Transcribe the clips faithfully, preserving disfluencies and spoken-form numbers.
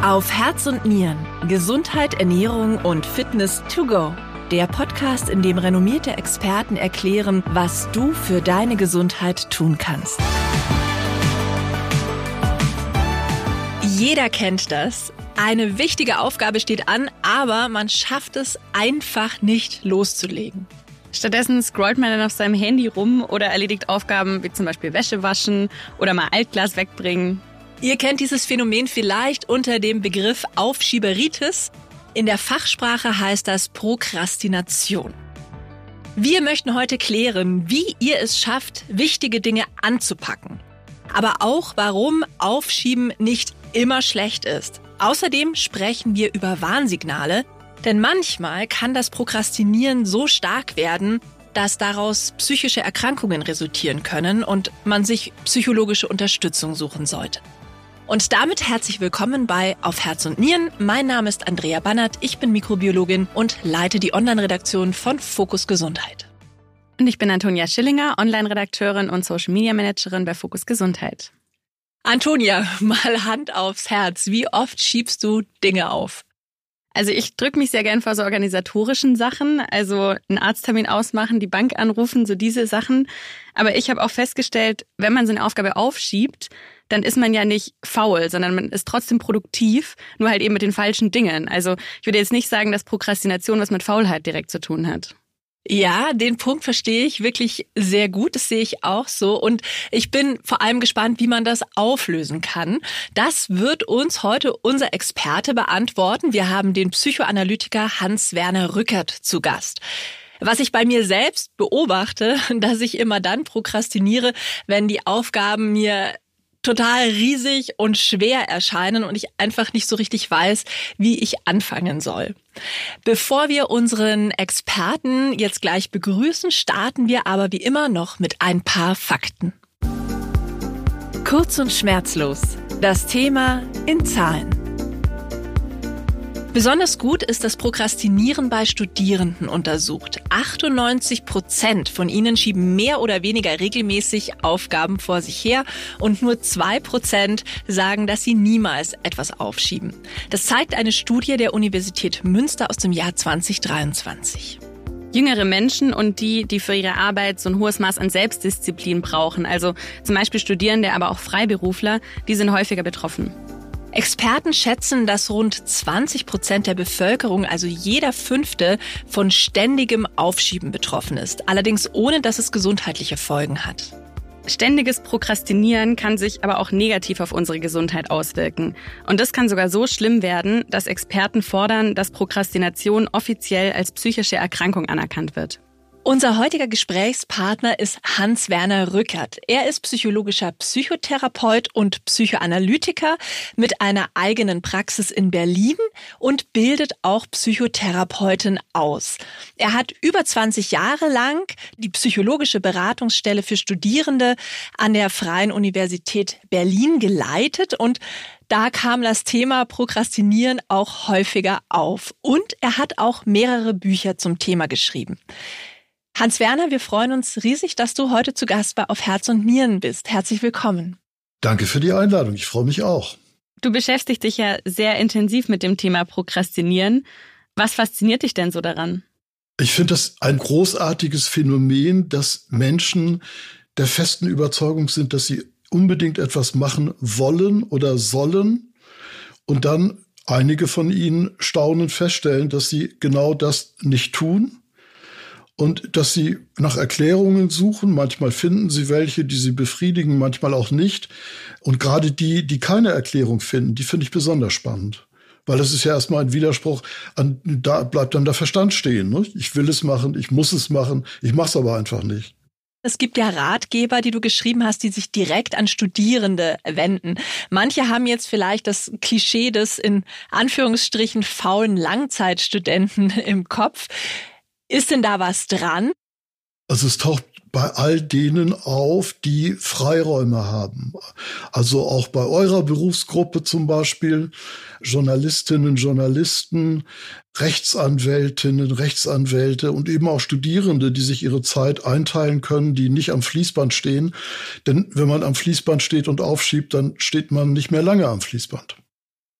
Auf Herz und Nieren. Gesundheit, Ernährung und Fitness to go. Der Podcast, in dem renommierte Experten erklären, was du für deine Gesundheit tun kannst. Jeder kennt das. Eine wichtige Aufgabe steht an, aber man schafft es einfach nicht loszulegen. Stattdessen scrollt man dann auf seinem Handy rum oder erledigt Aufgaben wie zum Beispiel Wäsche waschen oder mal Altglas wegbringen. Ihr kennt dieses Phänomen vielleicht unter dem Begriff Aufschieberitis. In der Fachsprache heißt das Prokrastination. Wir möchten heute klären, wie ihr es schafft, wichtige Dinge anzupacken. Aber auch, warum Aufschieben nicht immer schlecht ist. Außerdem sprechen wir über Warnsignale, denn manchmal kann das Prokrastinieren so stark werden, dass daraus psychische Erkrankungen resultieren können und man sich psychologische Unterstützung suchen sollte. Und damit herzlich willkommen bei Auf Herz und Nieren. Mein Name ist Andrea Bannert, ich bin Mikrobiologin und leite die Online-Redaktion von Fokus Gesundheit. Und ich bin Antonia Schillinger, Online-Redakteurin und Social-Media-Managerin bei Fokus Gesundheit. Antonia, mal Hand aufs Herz. Wie oft schiebst du Dinge auf? Also ich drücke mich sehr gern vor so organisatorischen Sachen, also einen Arzttermin ausmachen, die Bank anrufen, so diese Sachen. Aber ich habe auch festgestellt, wenn man so eine Aufgabe aufschiebt, dann ist man ja nicht faul, sondern man ist trotzdem produktiv, nur halt eben mit den falschen Dingen. Also ich würde jetzt nicht sagen, dass Prokrastination was mit Faulheit direkt zu tun hat. Ja, den Punkt verstehe ich wirklich sehr gut. Das sehe ich auch so. Und ich bin vor allem gespannt, wie man das auflösen kann. Das wird uns heute unser Experte beantworten. Wir haben den Psychoanalytiker Hans-Werner Rückert zu Gast. Was ich bei mir selbst beobachte, dass ich immer dann prokrastiniere, wenn die Aufgaben mir total riesig und schwer erscheinen und ich einfach nicht so richtig weiß, wie ich anfangen soll. Bevor wir unseren Experten jetzt gleich begrüßen, starten wir aber wie immer noch mit ein paar Fakten. Kurz und schmerzlos. Das Thema in Zahlen. Besonders gut ist das Prokrastinieren bei Studierenden untersucht. achtundneunzig Prozent von ihnen schieben mehr oder weniger regelmäßig Aufgaben vor sich her und nur zwei Prozent sagen, dass sie niemals etwas aufschieben. Das zeigt eine Studie der Universität Münster aus dem Jahr zwanzig dreiundzwanzig. Jüngere Menschen und die, die für ihre Arbeit so ein hohes Maß an Selbstdisziplin brauchen, also zum Beispiel Studierende, aber auch Freiberufler, die sind häufiger betroffen. Experten schätzen, dass rund zwanzig Prozent der Bevölkerung, also jeder Fünfte, von ständigem Aufschieben betroffen ist. Allerdings ohne, dass es gesundheitliche Folgen hat. Ständiges Prokrastinieren kann sich aber auch negativ auf unsere Gesundheit auswirken. Und das kann sogar so schlimm werden, dass Experten fordern, dass Prokrastination offiziell als psychische Erkrankung anerkannt wird. Unser heutiger Gesprächspartner ist Hans-Werner Rückert. Er ist psychologischer Psychotherapeut und Psychoanalytiker mit einer eigenen Praxis in Berlin und bildet auch Psychotherapeuten aus. Er hat über zwanzig Jahre lang die psychologische Beratungsstelle für Studierende an der Freien Universität Berlin geleitet und da kam das Thema Prokrastinieren auch häufiger auf. Und er hat auch mehrere Bücher zum Thema geschrieben. Hans-Werner, wir freuen uns riesig, dass du heute zu Gast bei Auf Herz und Nieren bist. Herzlich willkommen. Danke für die Einladung. Ich freue mich auch. Du beschäftigst dich ja sehr intensiv mit dem Thema Prokrastinieren. Was fasziniert dich denn so daran? Ich finde das ein großartiges Phänomen, dass Menschen der festen Überzeugung sind, dass sie unbedingt etwas machen wollen oder sollen und dann einige von ihnen staunend feststellen, dass sie genau das nicht tun. Und dass sie nach Erklärungen suchen, manchmal finden sie welche, die sie befriedigen, manchmal auch nicht. Und gerade die, die keine Erklärung finden, die finde ich besonders spannend. Weil das ist ja erstmal ein Widerspruch, an, da bleibt dann der Verstand stehen. Ne? Ich will es machen, ich muss es machen, ich mache es aber einfach nicht. Es gibt ja Ratgeber, die du geschrieben hast, die sich direkt an Studierende wenden. Manche haben jetzt vielleicht das Klischee des in Anführungsstrichen faulen Langzeitstudenten im Kopf. Ist denn da was dran? Also es taucht bei all denen auf, die Freiräume haben. Also auch bei eurer Berufsgruppe zum Beispiel, Journalistinnen, Journalisten, Rechtsanwältinnen, Rechtsanwälte und eben auch Studierende, die sich ihre Zeit einteilen können, die nicht am Fließband stehen. Denn wenn man am Fließband steht und aufschiebt, dann steht man nicht mehr lange am Fließband.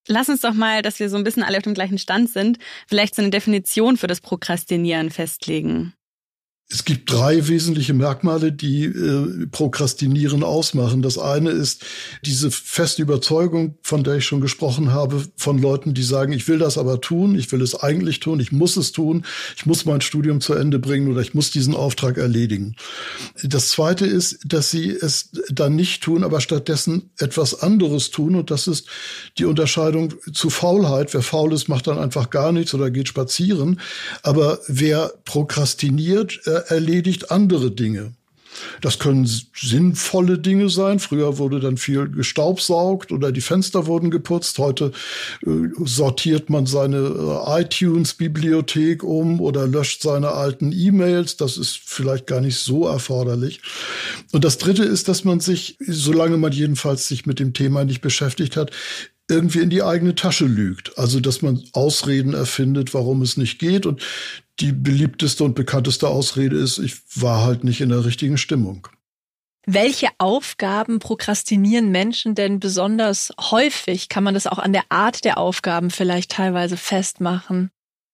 Lass uns doch mal, dass wir so ein bisschen alle auf dem gleichen Stand sind, vielleicht so eine Definition für das Prokrastinieren festlegen. Es gibt drei wesentliche Merkmale, die äh, Prokrastinieren ausmachen. Das eine ist diese feste Überzeugung, von der ich schon gesprochen habe, von Leuten, die sagen, ich will das aber tun, ich will es eigentlich tun, ich muss es tun, ich muss mein Studium zu Ende bringen oder ich muss diesen Auftrag erledigen. Das zweite ist, dass sie es dann nicht tun, aber stattdessen etwas anderes tun, und das ist die Unterscheidung zu Faulheit. Wer faul ist, macht dann einfach gar nichts oder geht spazieren. Aber wer prokrastiniert, erledigt andere Dinge. Das können sinnvolle Dinge sein. Früher wurde dann viel gestaubsaugt oder die Fenster wurden geputzt. Heute äh, sortiert man seine äh, iTunes-Bibliothek um oder löscht seine alten E-Mails. Das ist vielleicht gar nicht so erforderlich. Und das Dritte ist, dass man sich, solange man jedenfalls sich mit dem Thema nicht beschäftigt hat, irgendwie in die eigene Tasche lügt. Also, dass man Ausreden erfindet, warum es nicht geht. Und die beliebteste und bekannteste Ausrede ist, ich war halt nicht in der richtigen Stimmung. Welche Aufgaben prokrastinieren Menschen denn besonders häufig? Kann man das auch an der Art der Aufgaben vielleicht teilweise festmachen?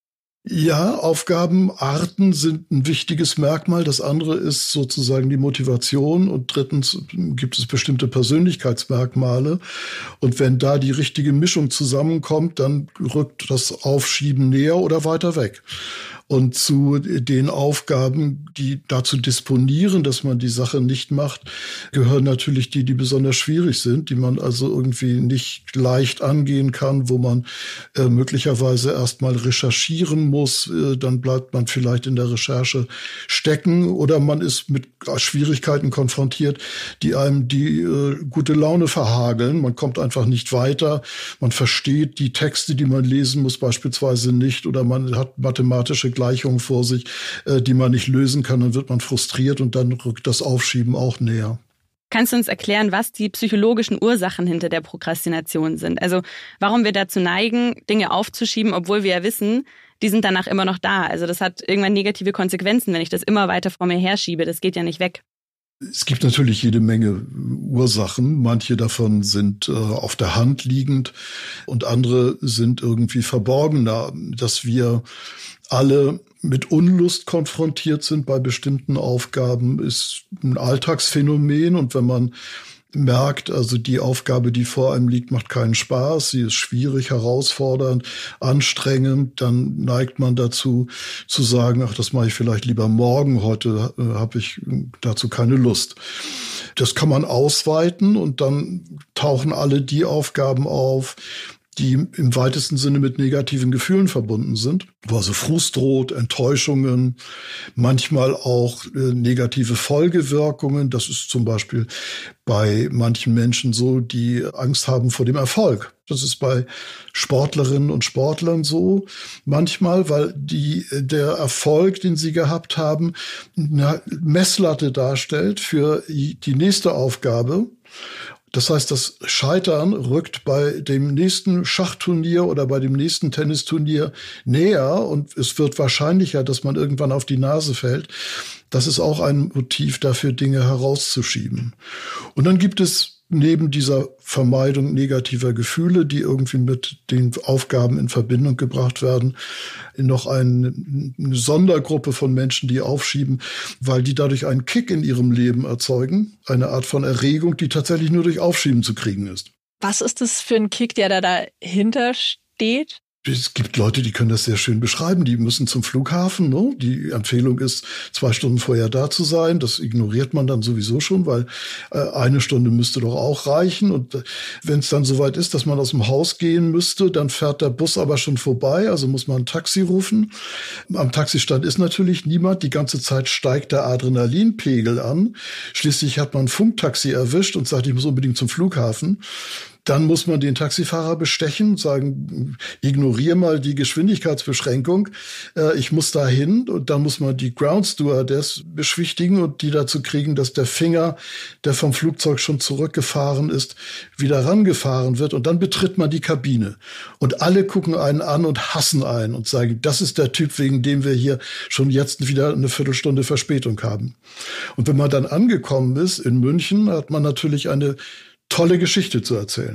Ja, Aufgabenarten sind ein wichtiges Merkmal. Das andere ist sozusagen die Motivation. Und drittens gibt es bestimmte Persönlichkeitsmerkmale. Und wenn da die richtige Mischung zusammenkommt, dann rückt das Aufschieben näher oder weiter weg. Und zu den Aufgaben, die dazu disponieren, dass man die Sache nicht macht, gehören natürlich die, die besonders schwierig sind, die man also irgendwie nicht leicht angehen kann, wo man äh, möglicherweise erstmal recherchieren muss. Äh, dann bleibt man vielleicht in der Recherche stecken oder man ist mit Schwierigkeiten konfrontiert, die einem die äh, gute Laune verhageln. Man kommt einfach nicht weiter. Man versteht die Texte, die man lesen muss, beispielsweise nicht, oder man hat mathematische Gleichungen vor sich, äh, die man nicht lösen kann, dann wird man frustriert und dann rückt das Aufschieben auch näher. Kannst du uns erklären, was die psychologischen Ursachen hinter der Prokrastination sind? Also warum wir dazu neigen, Dinge aufzuschieben, obwohl wir ja wissen, die sind danach immer noch da. Also das hat irgendwann negative Konsequenzen, wenn ich das immer weiter vor mir herschiebe. Das geht ja nicht weg. Es gibt natürlich jede Menge Ursachen. Manche davon sind äh, auf der Hand liegend und andere sind irgendwie verborgener, dass wir alle mit Unlust konfrontiert sind bei bestimmten Aufgaben, ist ein Alltagsphänomen. Und wenn man merkt, also die Aufgabe, die vor einem liegt, macht keinen Spaß, sie ist schwierig, herausfordernd, anstrengend, dann neigt man dazu zu sagen, ach, das mache ich vielleicht lieber morgen, heute äh, habe ich dazu keine Lust. Das kann man ausweiten und dann tauchen alle die Aufgaben auf, die im weitesten Sinne mit negativen Gefühlen verbunden sind, wo also Frust droht, Enttäuschungen, manchmal auch äh, negative Folgewirkungen. Das ist zum Beispiel bei manchen Menschen so, die Angst haben vor dem Erfolg. Das ist bei Sportlerinnen und Sportlern so manchmal, weil die, der Erfolg, den sie gehabt haben, eine Messlatte darstellt für die nächste Aufgabe. Das heißt, das Scheitern rückt bei dem nächsten Schachturnier oder bei dem nächsten Tennisturnier näher und es wird wahrscheinlicher, dass man irgendwann auf die Nase fällt. Das ist auch ein Motiv dafür, Dinge herauszuschieben. Und dann gibt es neben dieser Vermeidung negativer Gefühle, die irgendwie mit den Aufgaben in Verbindung gebracht werden, noch eine, eine Sondergruppe von Menschen, die aufschieben, weil die dadurch einen Kick in ihrem Leben erzeugen, eine Art von Erregung, die tatsächlich nur durch Aufschieben zu kriegen ist. Was ist das für ein Kick, der da dahinter steht? Es gibt Leute, die können das sehr schön beschreiben. Die müssen zum Flughafen. Ne? Die Empfehlung ist, zwei Stunden vorher da zu sein. Das ignoriert man dann sowieso schon, weil äh, eine Stunde müsste doch auch reichen. Und äh, wenn es dann soweit ist, dass man aus dem Haus gehen müsste, dann fährt der Bus aber schon vorbei. Also muss man ein Taxi rufen. Am Taxistand ist natürlich niemand. Die ganze Zeit steigt der Adrenalinpegel an. Schließlich hat man ein Funktaxi erwischt und sagt, ich muss unbedingt zum Flughafen. Dann muss man den Taxifahrer bestechen und sagen, ignoriere mal die Geschwindigkeitsbeschränkung, äh, ich muss da hin. Und dann muss man die Ground Stewardess beschwichtigen und die dazu kriegen, dass der Finger, der vom Flugzeug schon zurückgefahren ist, wieder rangefahren wird. Und dann betritt man die Kabine. Und alle gucken einen an und hassen einen und sagen, das ist der Typ, wegen dem wir hier schon jetzt wieder eine Viertelstunde Verspätung haben. Und wenn man dann angekommen ist in München, hat man natürlich eine tolle Geschichte zu erzählen.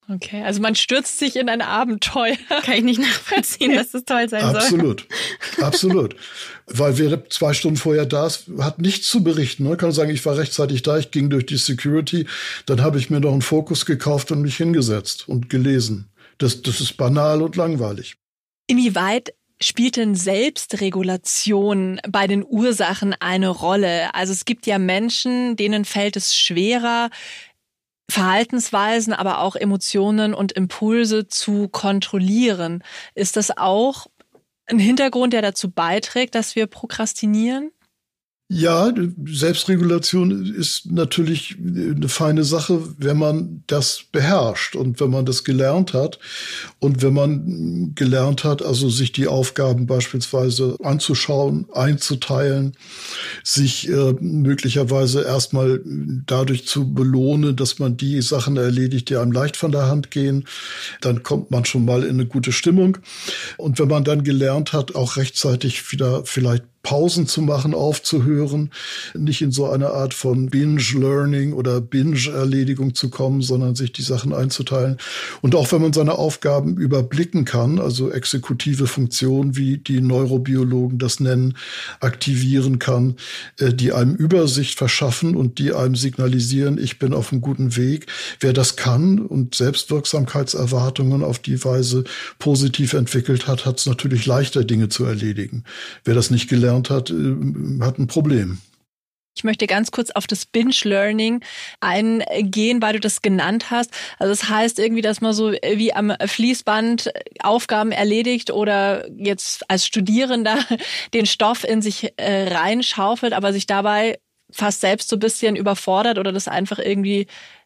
Okay, also man stürzt sich in ein Abenteuer. Kann ich nicht nachvollziehen, dass das toll sein Absolut. soll. Absolut. Absolut. Weil wer zwei Stunden vorher da ist, hat nichts zu berichten. Man kann sagen, ich war rechtzeitig da, ich ging durch die Security, dann habe ich mir noch einen Fokus gekauft und mich hingesetzt und gelesen. Das, das ist banal und langweilig. Inwieweit spielt denn Selbstregulation bei den Ursachen eine Rolle? Also es gibt ja Menschen, denen fällt es schwerer, Verhaltensweisen, aber auch Emotionen und Impulse zu kontrollieren. Ist das auch ein Hintergrund, der dazu beiträgt, dass wir prokrastinieren? Ja, Selbstregulation ist natürlich eine feine Sache, wenn man das beherrscht und wenn man das gelernt hat und wenn man gelernt hat, also sich die Aufgaben beispielsweise anzuschauen, einzuteilen, sich äh, möglicherweise erstmal dadurch zu belohnen, dass man die Sachen erledigt, die einem leicht von der Hand gehen, dann kommt man schon mal in eine gute Stimmung. Und wenn man dann gelernt hat, auch rechtzeitig wieder vielleicht Pausen zu machen, aufzuhören, nicht in so eine Art von Binge-Learning oder Binge-Erledigung zu kommen, sondern sich die Sachen einzuteilen. Und auch wenn man seine Aufgaben überblicken kann, also exekutive Funktionen, wie die Neurobiologen das nennen, aktivieren kann, die einem Übersicht verschaffen und die einem signalisieren, ich bin auf einem guten Weg. Wer das kann und Selbstwirksamkeitserwartungen auf die Weise positiv entwickelt hat, hat es natürlich leichter, Dinge zu erledigen. Wer das nicht gelernt hat, hat ein Problem. Ich möchte ganz kurz auf das Binge-Learning eingehen, weil du das genannt hast. Also das heißt irgendwie, dass man so wie am Fließband Aufgaben erledigt oder jetzt als Studierender den Stoff in sich äh, reinschaufelt, aber sich dabei fast selbst so ein bisschen überfordert oder das einfach irgendwie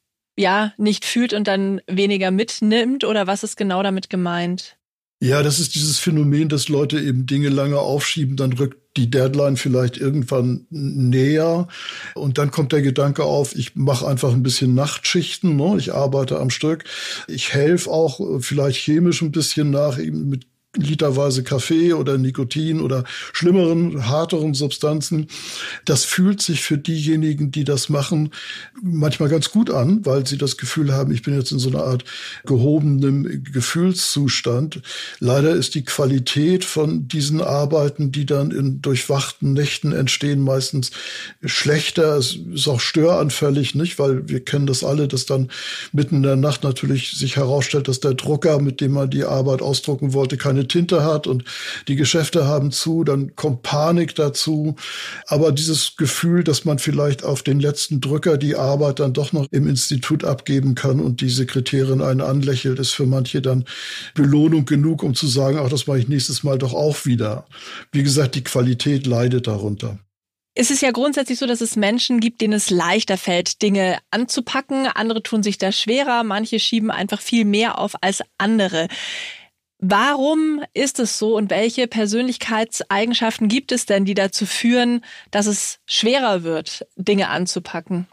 ja nicht fühlt und dann weniger mitnimmt. Oder was ist genau damit gemeint? Ja, das ist dieses Phänomen, dass Leute eben Dinge lange aufschieben, dann rückt die Deadline vielleicht irgendwann näher und dann kommt der Gedanke auf, ich mache einfach ein bisschen Nachtschichten, ne? Ich arbeite am Stück, ich helfe auch vielleicht chemisch ein bisschen nach, eben mit literweise Kaffee oder Nikotin oder schlimmeren, harteren Substanzen. Das fühlt sich für diejenigen, die das machen, manchmal ganz gut an, weil sie das Gefühl haben, ich bin jetzt in so einer Art gehobenem Gefühlszustand. Leider ist die Qualität von diesen Arbeiten, die dann in durchwachten Nächten entstehen, meistens schlechter. Es ist auch störanfällig, nicht? Weil wir kennen das alle, dass dann mitten in der Nacht natürlich sich herausstellt, dass der Drucker, mit dem man die Arbeit ausdrucken wollte, keine Tinte hat und die Geschäfte haben zu, dann kommt Panik dazu. Aber dieses Gefühl, dass man vielleicht auf den letzten Drücker die Arbeit dann doch noch im Institut abgeben kann und die Sekretärin einen anlächelt, ist für manche dann Belohnung genug, um zu sagen, ach, das mache ich nächstes Mal doch auch wieder. Wie gesagt, die Qualität leidet darunter. Es ist ja grundsätzlich so, dass es Menschen gibt, denen es leichter fällt, Dinge anzupacken. Andere tun sich da schwerer. Manche schieben einfach viel mehr auf als andere. Warum ist es so und welche Persönlichkeitseigenschaften gibt es denn, die dazu führen, dass es schwerer wird, Dinge anzupacken?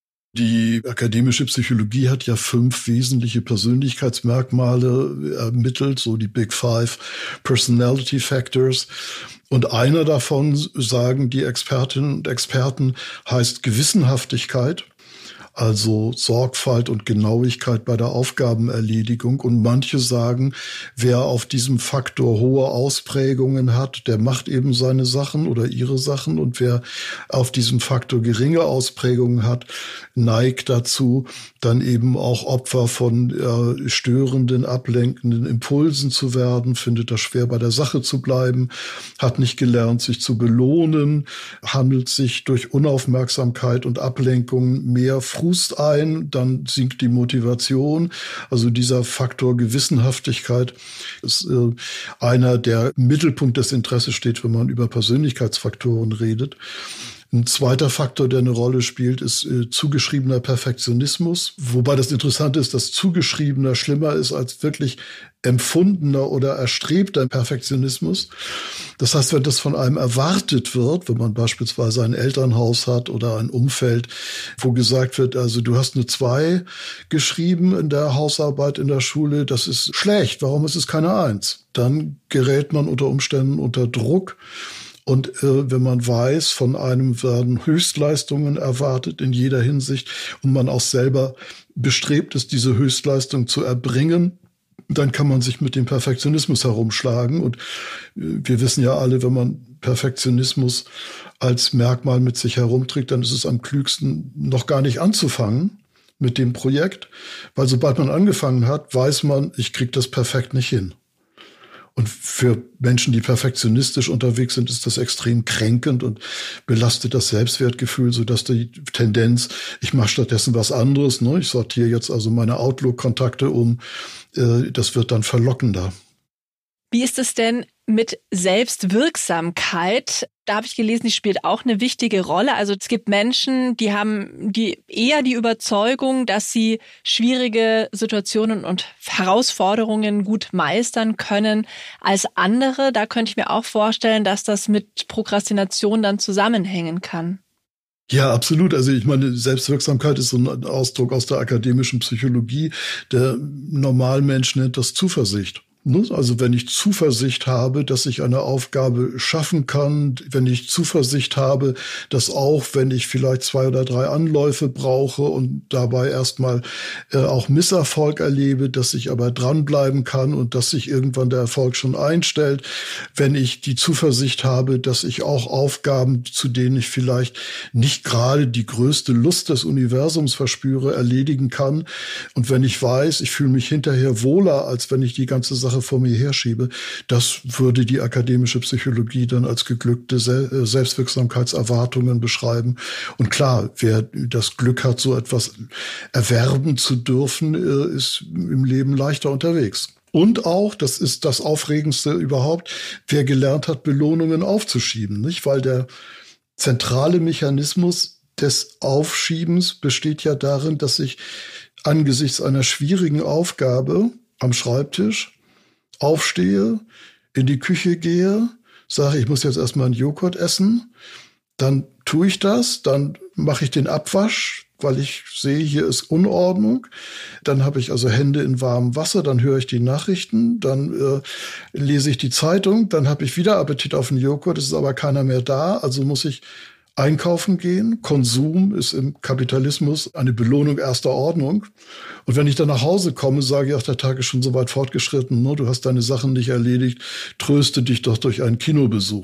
Die akademische Psychologie hat ja fünf wesentliche Persönlichkeitsmerkmale ermittelt, so die Big Five Personality Factors. Und einer davon, sagen die Expertinnen und Experten, heißt Gewissenhaftigkeit. Also Sorgfalt und Genauigkeit bei der Aufgabenerledigung. Und manche sagen, wer auf diesem Faktor hohe Ausprägungen hat, der macht eben seine Sachen oder ihre Sachen. Und wer auf diesem Faktor geringe Ausprägungen hat, neigt dazu, dann eben auch Opfer von äh, störenden, ablenkenden Impulsen zu werden, findet das schwer, bei der Sache zu bleiben, hat nicht gelernt, sich zu belohnen, handelt sich durch Unaufmerksamkeit und Ablenkung mehr Frust ein, dann sinkt die Motivation. Also dieser Faktor Gewissenhaftigkeit ist äh, einer, der im Mittelpunkt des Interesses steht, wenn man über Persönlichkeitsfaktoren redet. Ein zweiter Faktor, der eine Rolle spielt, ist äh, zugeschriebener Perfektionismus. Wobei das Interessante ist, dass zugeschriebener schlimmer ist als wirklich empfundener oder erstrebter Perfektionismus. Das heißt, wenn das von einem erwartet wird, wenn man beispielsweise ein Elternhaus hat oder ein Umfeld, wo gesagt wird, also du hast eine zwei geschrieben in der Hausarbeit in der Schule, das ist schlecht, warum ist es keine eins? Dann gerät man unter Umständen unter Druck. Und äh, wenn man weiß, von einem werden Höchstleistungen erwartet in jeder Hinsicht und man auch selber bestrebt ist, diese Höchstleistung zu erbringen, dann kann man sich mit dem Perfektionismus herumschlagen. Und wir wissen ja alle, wenn man Perfektionismus als Merkmal mit sich herumträgt, dann ist es am klügsten, noch gar nicht anzufangen mit dem Projekt. Weil sobald man angefangen hat, weiß man, ich kriege das perfekt nicht hin. Und für Menschen, die perfektionistisch unterwegs sind, ist das extrem kränkend und belastet das Selbstwertgefühl, sodass die Tendenz, ich mache stattdessen was anderes, ne? Ich sortiere jetzt also meine Outlook-Kontakte um, äh, das wird dann verlockender. Wie ist es denn mit Selbstwirksamkeit? Da habe ich gelesen, die spielt auch eine wichtige Rolle. Also es gibt Menschen, die haben die eher die Überzeugung, dass sie schwierige Situationen und Herausforderungen gut meistern können als andere. Da könnte ich mir auch vorstellen, dass das mit Prokrastination dann zusammenhängen kann. Ja, absolut. Also ich meine, Selbstwirksamkeit ist so ein Ausdruck aus der akademischen Psychologie. Der Normalmensch nennt das Zuversicht. Also wenn ich Zuversicht habe, dass ich eine Aufgabe schaffen kann, wenn ich Zuversicht habe, dass auch wenn ich vielleicht zwei oder drei Anläufe brauche und dabei erstmal äh, auch Misserfolg erlebe, dass ich aber dranbleiben kann und dass sich irgendwann der Erfolg schon einstellt, wenn ich die Zuversicht habe, dass ich auch Aufgaben, zu denen ich vielleicht nicht gerade die größte Lust des Universums verspüre, erledigen kann, und wenn ich weiß, ich fühle mich hinterher wohler, als wenn ich die ganze Sache vor mir herschiebe, das würde die akademische Psychologie dann als geglückte Se- Selbstwirksamkeitserwartungen beschreiben. Und klar, wer das Glück hat, so etwas erwerben zu dürfen, ist im Leben leichter unterwegs. Und auch, das ist das Aufregendste überhaupt, wer gelernt hat, Belohnungen aufzuschieben, nicht? Weil der zentrale Mechanismus des Aufschiebens besteht ja darin, dass ich angesichts einer schwierigen Aufgabe am Schreibtisch aufstehe, in die Küche gehe, sage, ich muss jetzt erstmal einen Joghurt essen, dann tue ich das, dann mache ich den Abwasch, weil ich sehe, hier ist Unordnung. Dann habe ich also Hände in warmem Wasser, dann höre ich die Nachrichten, dann äh, lese ich die Zeitung, dann habe ich wieder Appetit auf einen Joghurt, es ist aber keiner mehr da, also muss ich einkaufen gehen. Konsum ist im Kapitalismus eine Belohnung erster Ordnung. Und wenn ich dann nach Hause komme, sage ich, ach, der Tag ist schon so weit fortgeschritten, ne? Du hast deine Sachen nicht erledigt, tröste dich doch durch einen Kinobesuch.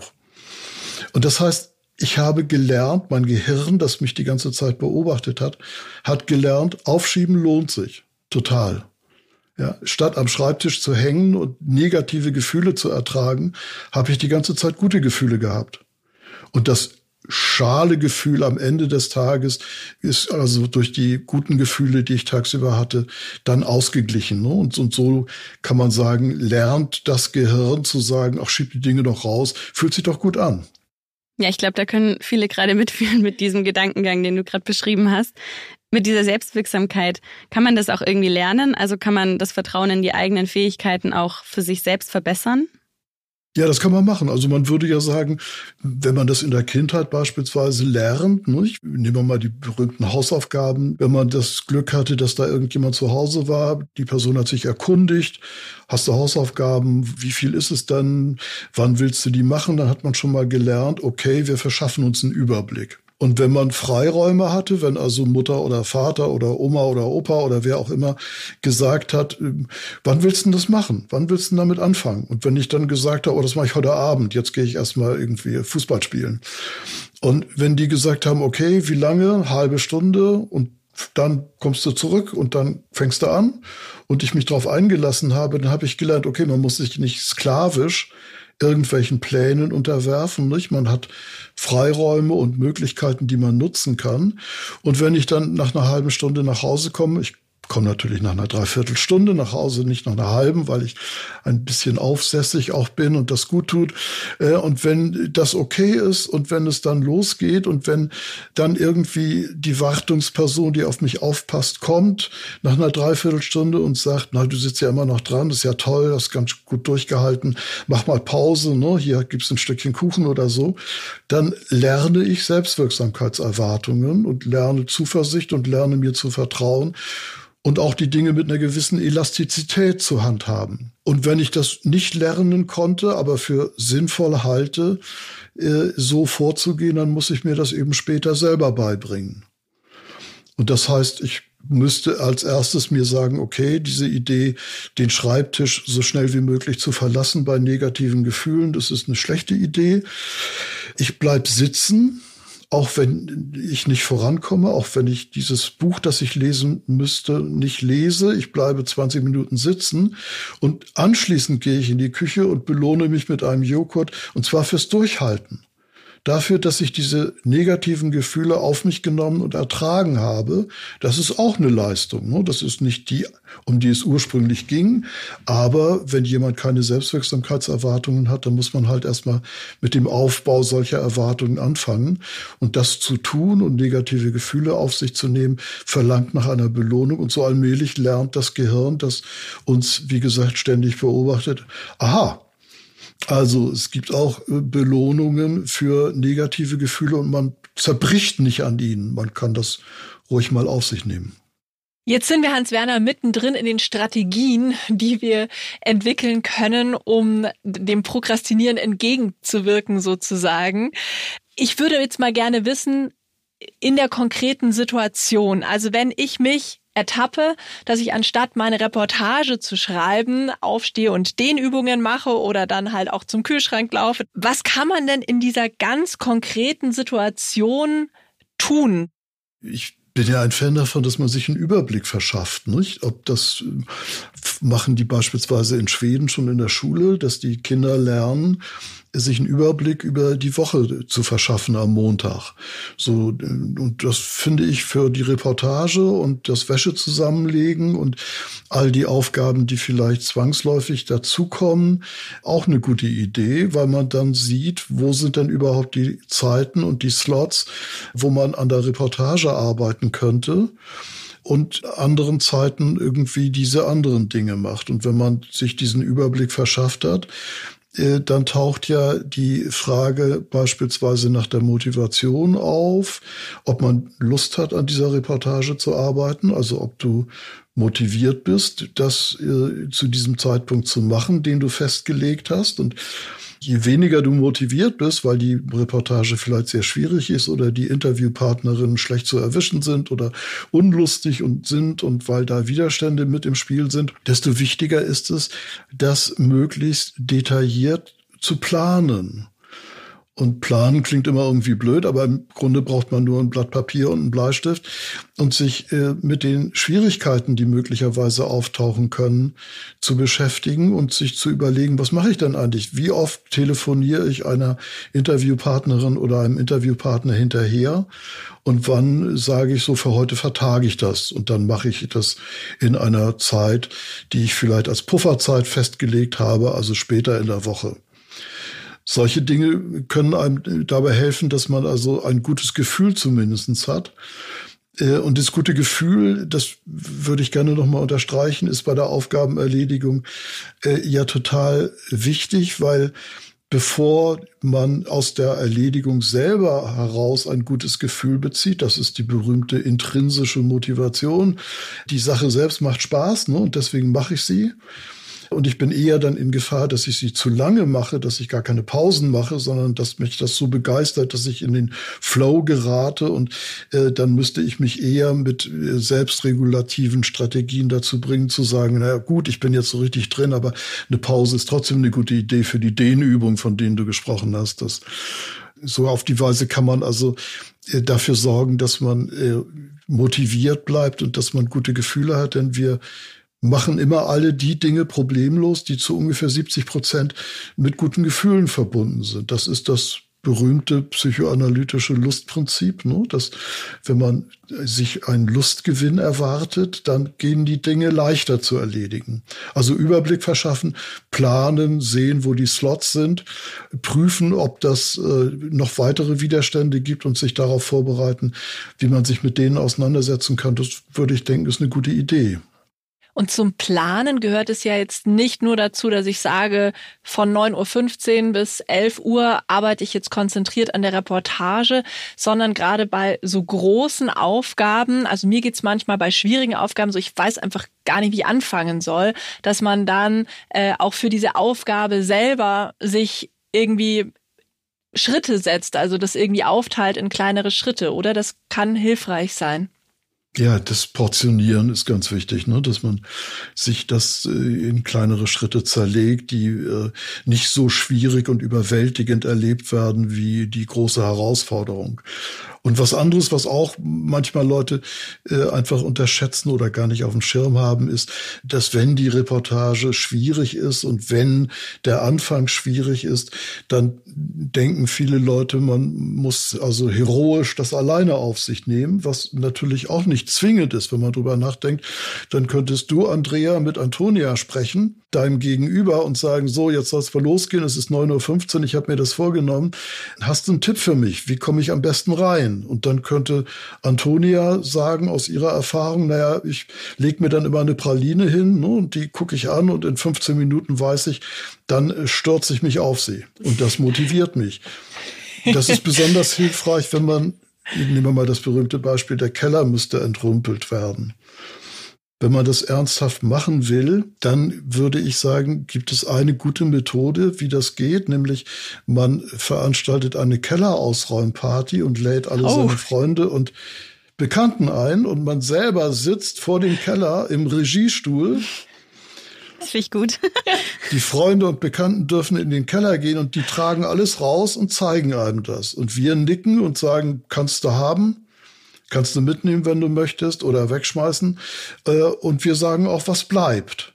Und das heißt, ich habe gelernt, mein Gehirn, das mich die ganze Zeit beobachtet hat, hat gelernt, aufschieben lohnt sich. Total. Ja, statt am Schreibtisch zu hängen und negative Gefühle zu ertragen, habe ich die ganze Zeit gute Gefühle gehabt. Und das schale Gefühl am Ende des Tages ist also durch die guten Gefühle, die ich tagsüber hatte, dann ausgeglichen. Ne? Und, und so kann man sagen, lernt das Gehirn zu sagen, ach, schieb die Dinge doch raus, fühlt sich doch gut an. Ja, ich glaube, da können viele gerade mitfühlen mit diesem Gedankengang, den du gerade beschrieben hast. Mit dieser Selbstwirksamkeit, kann man das auch irgendwie lernen? Also kann man das Vertrauen in die eigenen Fähigkeiten auch für sich selbst verbessern? Ja, das kann man machen. Also man würde ja sagen, wenn man das in der Kindheit beispielsweise lernt, nicht? Nehmen wir mal die berühmten Hausaufgaben, wenn man das Glück hatte, dass da irgendjemand zu Hause war, die Person hat sich erkundigt, hast du Hausaufgaben, wie viel ist es dann, wann willst du die machen, dann hat man schon mal gelernt, okay, wir verschaffen uns einen Überblick. Und wenn man Freiräume hatte, wenn also Mutter oder Vater oder Oma oder Opa oder wer auch immer gesagt hat, wann willst du denn das machen? Wann willst du denn damit anfangen? Und wenn ich dann gesagt habe, oh, das mache ich heute Abend, jetzt gehe ich erstmal irgendwie Fußball spielen. Und wenn die gesagt haben, okay, wie lange? Halbe Stunde und dann kommst du zurück und dann fängst du an und ich mich darauf eingelassen habe, dann habe ich gelernt, okay, man muss sich nicht sklavisch irgendwelchen Plänen unterwerfen, nicht? Man hat Freiräume und Möglichkeiten, die man nutzen kann. Und wenn ich dann nach einer halben Stunde nach Hause komme, ich komme natürlich nach einer Dreiviertelstunde nach Hause, nicht nach einer halben, weil ich ein bisschen aufsässig auch bin und das gut tut. Und wenn das okay ist und wenn es dann losgeht und wenn dann irgendwie die Wartungsperson, die auf mich aufpasst, kommt nach einer Dreiviertelstunde und sagt, na, du sitzt ja immer noch dran, das ist ja toll, das ist ganz gut durchgehalten, mach mal Pause, ne? Hier gibt's ein Stückchen Kuchen oder so, dann lerne ich Selbstwirksamkeitserwartungen und lerne Zuversicht und lerne mir zu vertrauen. und auch die Dinge mit einer gewissen Elastizität zu handhaben. Und wenn ich das nicht lernen konnte, aber für sinnvoll halte, äh, so vorzugehen, dann muss ich mir das eben später selber beibringen. Und das heißt, ich müsste als erstes mir sagen, okay, diese Idee, den Schreibtisch so schnell wie möglich zu verlassen bei negativen Gefühlen, das ist eine schlechte Idee. Ich bleib sitzen, auch wenn ich nicht vorankomme, auch wenn ich dieses Buch, das ich lesen müsste, nicht lese. Ich bleibe zwanzig Minuten sitzen und anschließend gehe ich in die Küche und belohne mich mit einem Joghurt, und zwar fürs Durchhalten. Dafür, dass ich diese negativen Gefühle auf mich genommen und ertragen habe, das ist auch eine Leistung. Das ist nicht die, um die es ursprünglich ging. Aber wenn jemand keine Selbstwirksamkeitserwartungen hat, dann muss man halt erstmal mit dem Aufbau solcher Erwartungen anfangen. Und das zu tun und negative Gefühle auf sich zu nehmen, verlangt nach einer Belohnung. Und so allmählich lernt das Gehirn, das uns, wie gesagt, ständig beobachtet, aha, also es gibt auch Belohnungen für negative Gefühle und man zerbricht nicht an ihnen. Man kann das ruhig mal auf sich nehmen. Jetzt sind wir, Hans-Werner, mittendrin in den Strategien, die wir entwickeln können, um dem Prokrastinieren entgegenzuwirken sozusagen. Ich würde jetzt mal gerne wissen, in der konkreten Situation, also wenn ich mich ertappe, dass ich anstatt meine Reportage zu schreiben, aufstehe und Dehnübungen mache oder dann halt auch zum Kühlschrank laufe. Was kann man denn in dieser ganz konkreten Situation tun? Ich bin ja ein Fan davon, dass man sich einen Überblick verschafft, nicht? Ob das machen die beispielsweise in Schweden schon in der Schule, dass die Kinder lernen, sich einen Überblick über die Woche zu verschaffen am Montag. So, und das finde ich für die Reportage und das Wäsche zusammenlegen und all die Aufgaben, die vielleicht zwangsläufig dazukommen, auch eine gute Idee, weil man dann sieht, wo sind denn überhaupt die Zeiten und die Slots, wo man an der Reportage arbeiten könnte und anderen Zeiten irgendwie diese anderen Dinge macht. Und wenn man sich diesen Überblick verschafft hat, dann taucht ja die Frage beispielsweise nach der Motivation auf, ob man Lust hat, an dieser Reportage zu arbeiten, also ob du motiviert bist, das äh, zu diesem Zeitpunkt zu machen, den du festgelegt hast. Und je weniger du motiviert bist, weil die Reportage vielleicht sehr schwierig ist oder die Interviewpartnerinnen schlecht zu erwischen sind oder unlustig und sind und weil da Widerstände mit im Spiel sind, desto wichtiger ist es, das möglichst detailliert zu planen. Und planen klingt immer irgendwie blöd, aber im Grunde braucht man nur ein Blatt Papier und einen Bleistift und sich äh, mit den Schwierigkeiten, die möglicherweise auftauchen können, zu beschäftigen und sich zu überlegen, was mache ich denn eigentlich? Wie oft telefoniere ich einer Interviewpartnerin oder einem Interviewpartner hinterher? Und wann sage ich so, für heute vertage ich das? Und dann mache ich das in einer Zeit, die ich vielleicht als Pufferzeit festgelegt habe, also später in der Woche. Solche Dinge können einem dabei helfen, dass man also ein gutes Gefühl zumindest hat. Und das gute Gefühl, das würde ich gerne nochmal unterstreichen, ist bei der Aufgabenerledigung ja total wichtig, weil bevor man aus der Erledigung selber heraus ein gutes Gefühl bezieht, das ist die berühmte intrinsische Motivation, die Sache selbst macht Spaß, ne, und deswegen mache ich sie. Und ich bin eher dann in Gefahr, dass ich sie zu lange mache, dass ich gar keine Pausen mache, sondern dass mich das so begeistert, dass ich in den Flow gerate. Und äh, dann müsste ich mich eher mit äh, selbstregulativen Strategien dazu bringen, zu sagen, na gut, ich bin jetzt so richtig drin, aber eine Pause ist trotzdem eine gute Idee für die Dehnübung, von denen du gesprochen hast. Das, so auf die Weise kann man also äh, dafür sorgen, dass man äh, motiviert bleibt und dass man gute Gefühle hat, denn wir machen immer alle die Dinge problemlos, die zu ungefähr siebzig Prozent mit guten Gefühlen verbunden sind. Das ist das berühmte psychoanalytische Lustprinzip, ne? Dass wenn man sich einen Lustgewinn erwartet, dann gehen die Dinge leichter zu erledigen. Also Überblick verschaffen, planen, sehen, wo die Slots sind, prüfen, ob das äh, noch weitere Widerstände gibt und sich darauf vorbereiten, wie man sich mit denen auseinandersetzen kann. Das würde ich denken, ist eine gute Idee. Und zum Planen gehört es ja jetzt nicht nur dazu, dass ich sage, von neun Uhr fünfzehn bis elf Uhr arbeite ich jetzt konzentriert an der Reportage, sondern gerade bei so großen Aufgaben, also mir geht's manchmal bei schwierigen Aufgaben so, ich weiß einfach gar nicht, wie ich anfangen soll, dass man dann äh, auch für diese Aufgabe selber sich irgendwie Schritte setzt, also das irgendwie aufteilt in kleinere Schritte, oder? Das kann hilfreich sein. Ja, das Portionieren ist ganz wichtig, ne? Dass man sich das äh, in kleinere Schritte zerlegt, die äh, nicht so schwierig und überwältigend erlebt werden wie die große Herausforderung. Und was anderes, was auch manchmal Leute äh, einfach unterschätzen oder gar nicht auf dem Schirm haben, ist, dass wenn die Reportage schwierig ist und wenn der Anfang schwierig ist, dann denken viele Leute, man muss also heroisch das alleine auf sich nehmen, was natürlich auch nicht zwingend ist. Wenn man drüber nachdenkt, dann könntest du, Andrea, mit Antonia sprechen, deinem Gegenüber, und sagen, so, jetzt soll es mal losgehen, es ist neun Uhr fünfzehn, ich habe mir das vorgenommen. Hast du einen Tipp für mich? Wie komme ich am besten rein? Und dann könnte Antonia sagen, aus ihrer Erfahrung, naja, ich lege mir dann immer eine Praline hin, ne, und die gucke ich an und in fünfzehn Minuten weiß ich, dann stürze ich mich auf sie. Und das motiviert mich. Das ist besonders hilfreich, wenn man, nehmen wir mal das berühmte Beispiel, der Keller müsste entrümpelt werden. Wenn man das ernsthaft machen will, dann würde ich sagen, gibt es eine gute Methode, wie das geht, nämlich man veranstaltet eine Kellerausräumparty und lädt alle Oh. seine Freunde und Bekannten ein und man selber sitzt vor dem Keller im Regiestuhl. Das finde ich gut. Die Freunde und Bekannten dürfen in den Keller gehen und die tragen alles raus und zeigen einem das. Und wir nicken und sagen, kannst du haben. Kannst du mitnehmen, wenn du möchtest, oder wegschmeißen. Und wir sagen auch, was bleibt.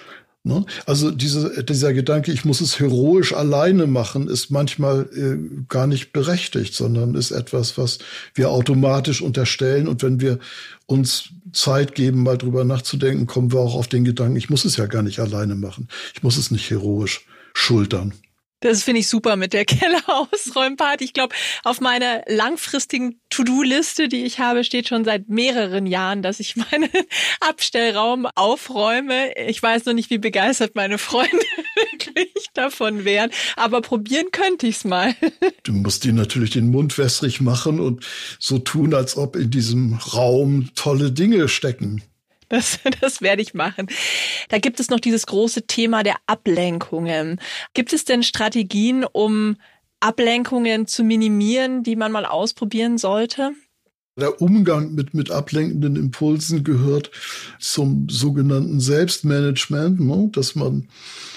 Also diese, dieser Gedanke, ich muss es heroisch alleine machen, ist manchmal gar nicht berechtigt, sondern ist etwas, was wir automatisch unterstellen. Und wenn wir uns Zeit geben, mal drüber nachzudenken, kommen wir auch auf den Gedanken, ich muss es ja gar nicht alleine machen. Ich muss es nicht heroisch schultern. Das finde ich super mit der Kellerausräumparty. Ich glaube, auf meiner langfristigen To-Do-Liste, die ich habe, steht schon seit mehreren Jahren, dass ich meinen Abstellraum aufräume. Ich weiß noch nicht, wie begeistert meine Freunde wirklich davon wären, aber probieren könnte ich's mal. Du musst dir natürlich den Mund wässrig machen und so tun, als ob in diesem Raum tolle Dinge stecken. Das, das werde ich machen. Da gibt es noch dieses große Thema der Ablenkungen. Gibt es denn Strategien, um Ablenkungen zu minimieren, die man mal ausprobieren sollte? Der Umgang mit, mit ablenkenden Impulsen gehört zum sogenannten Selbstmanagement, ne? Dass man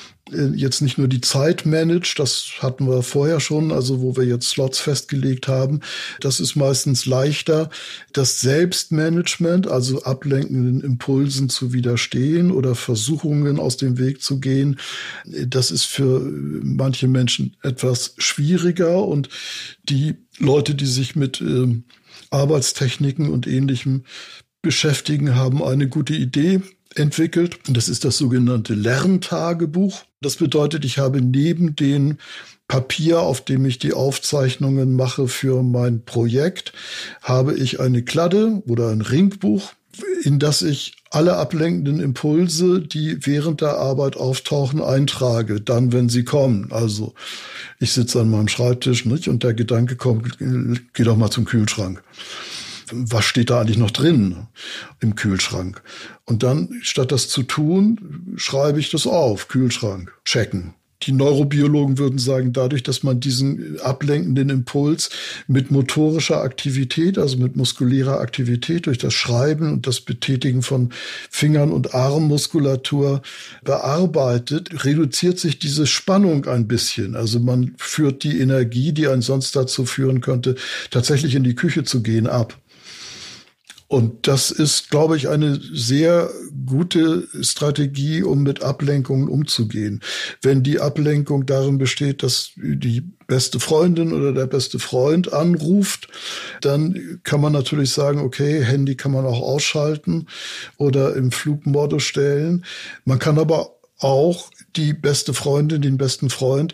jetzt nicht nur die Zeit managt, das hatten wir vorher schon, also wo wir jetzt Slots festgelegt haben. Das ist meistens leichter. Das Selbstmanagement, also ablenkenden Impulsen zu widerstehen oder Versuchungen aus dem Weg zu gehen, das ist für manche Menschen etwas schwieriger. Und die Leute, die sich mit äh, Arbeitstechniken und Ähnlichem beschäftigen, haben eine gute Idee entwickelt. Und das ist das sogenannte Lerntagebuch. Das bedeutet, ich habe neben dem Papier, auf dem ich die Aufzeichnungen mache für mein Projekt, habe ich eine Kladde oder ein Ringbuch, in das ich alle ablenkenden Impulse, die während der Arbeit auftauchen, eintrage, dann, wenn sie kommen. Also ich sitze an meinem Schreibtisch, nicht, und der Gedanke kommt, geh doch mal zum Kühlschrank. Was steht da eigentlich noch drin im Kühlschrank? Und dann, statt das zu tun, schreibe ich das auf. Kühlschrank, checken. Die Neurobiologen würden sagen, dadurch, dass man diesen ablenkenden Impuls mit motorischer Aktivität, also mit muskulärer Aktivität durch das Schreiben und das Betätigen von Fingern und Armmuskulatur bearbeitet, reduziert sich diese Spannung ein bisschen. Also man führt die Energie, die einen sonst dazu führen könnte, tatsächlich in die Küche zu gehen, ab. Und das ist, glaube ich, eine sehr gute Strategie, um mit Ablenkungen umzugehen. Wenn die Ablenkung darin besteht, dass die beste Freundin oder der beste Freund anruft, dann kann man natürlich sagen, okay, Handy kann man auch ausschalten oder im Flugmodus stellen. Man kann aber auch die beste Freundin, den besten Freund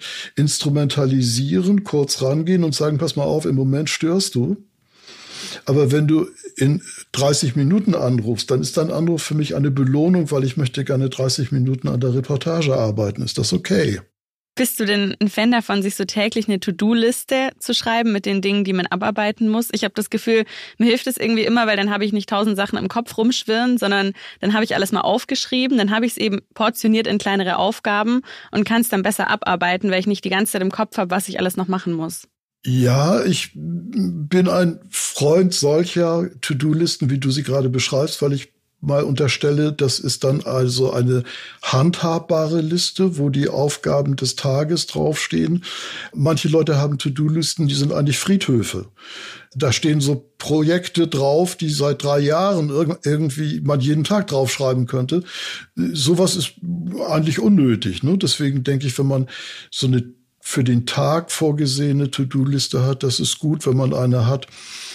instrumentalisieren, kurz rangehen und sagen, pass mal auf, im Moment störst du. Aber wenn du in dreißig Minuten anrufst, dann ist dein Anruf für mich eine Belohnung, weil ich möchte gerne dreißig Minuten an der Reportage arbeiten. Ist das okay? Bist du denn ein Fan davon, sich so täglich eine To-Do-Liste zu schreiben mit den Dingen, die man abarbeiten muss? Ich habe das Gefühl, mir hilft es irgendwie immer, weil dann habe ich nicht tausend Sachen im Kopf rumschwirren, sondern dann habe ich alles mal aufgeschrieben, dann habe ich es eben portioniert in kleinere Aufgaben und kann es dann besser abarbeiten, weil ich nicht die ganze Zeit im Kopf habe, was ich alles noch machen muss. Ja, ich bin ein Freund solcher To-Do-Listen, wie du sie gerade beschreibst, weil ich mal unterstelle, das ist dann also eine handhabbare Liste, wo die Aufgaben des Tages draufstehen. Manche Leute haben To-Do-Listen, die sind eigentlich Friedhöfe. Da stehen so Projekte drauf, die seit drei Jahren irgendwie man jeden Tag draufschreiben könnte. Sowas ist eigentlich unnötig, ne? Deswegen denke ich, wenn man so eine für den Tag vorgesehene To-Do-Liste hat, das ist gut, wenn man eine hat.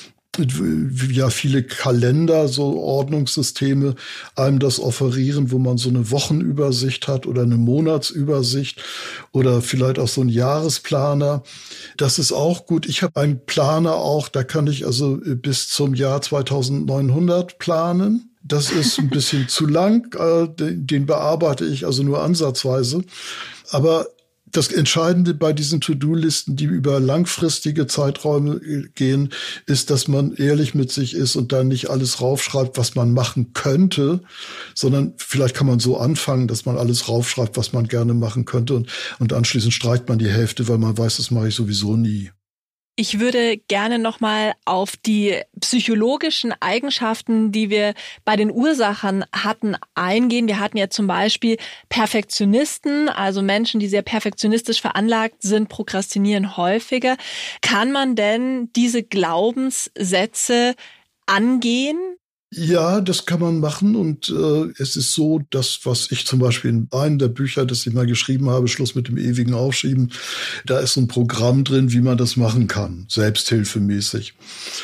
Ja, viele Kalender, so Ordnungssysteme einem das offerieren, wo man so eine Wochenübersicht hat oder eine Monatsübersicht oder vielleicht auch so ein Jahresplaner. Das ist auch gut. Ich habe einen Planer auch, da kann ich also bis zum Jahr zweitausendneunhundert planen. Das ist ein bisschen zu lang, den bearbeite ich also nur ansatzweise. Aber das Entscheidende bei diesen To-Do-Listen, die über langfristige Zeiträume gehen, ist, dass man ehrlich mit sich ist und dann nicht alles raufschreibt, was man machen könnte, sondern vielleicht kann man so anfangen, dass man alles raufschreibt, was man gerne machen könnte und, und anschließend streicht man die Hälfte, weil man weiß, das mache ich sowieso nie. Ich würde gerne nochmal auf die psychologischen Eigenschaften, die wir bei den Ursachen hatten, eingehen. Wir hatten ja zum Beispiel Perfektionisten, also Menschen, die sehr perfektionistisch veranlagt sind, prokrastinieren häufiger. Kann man denn diese Glaubenssätze angehen? Ja, das kann man machen und äh, es ist so, dass, was ich zum Beispiel in einem der Bücher, das ich mal geschrieben habe, Schluss mit dem ewigen Aufschieben, da ist so ein Programm drin, wie man das machen kann, selbsthilfemäßig.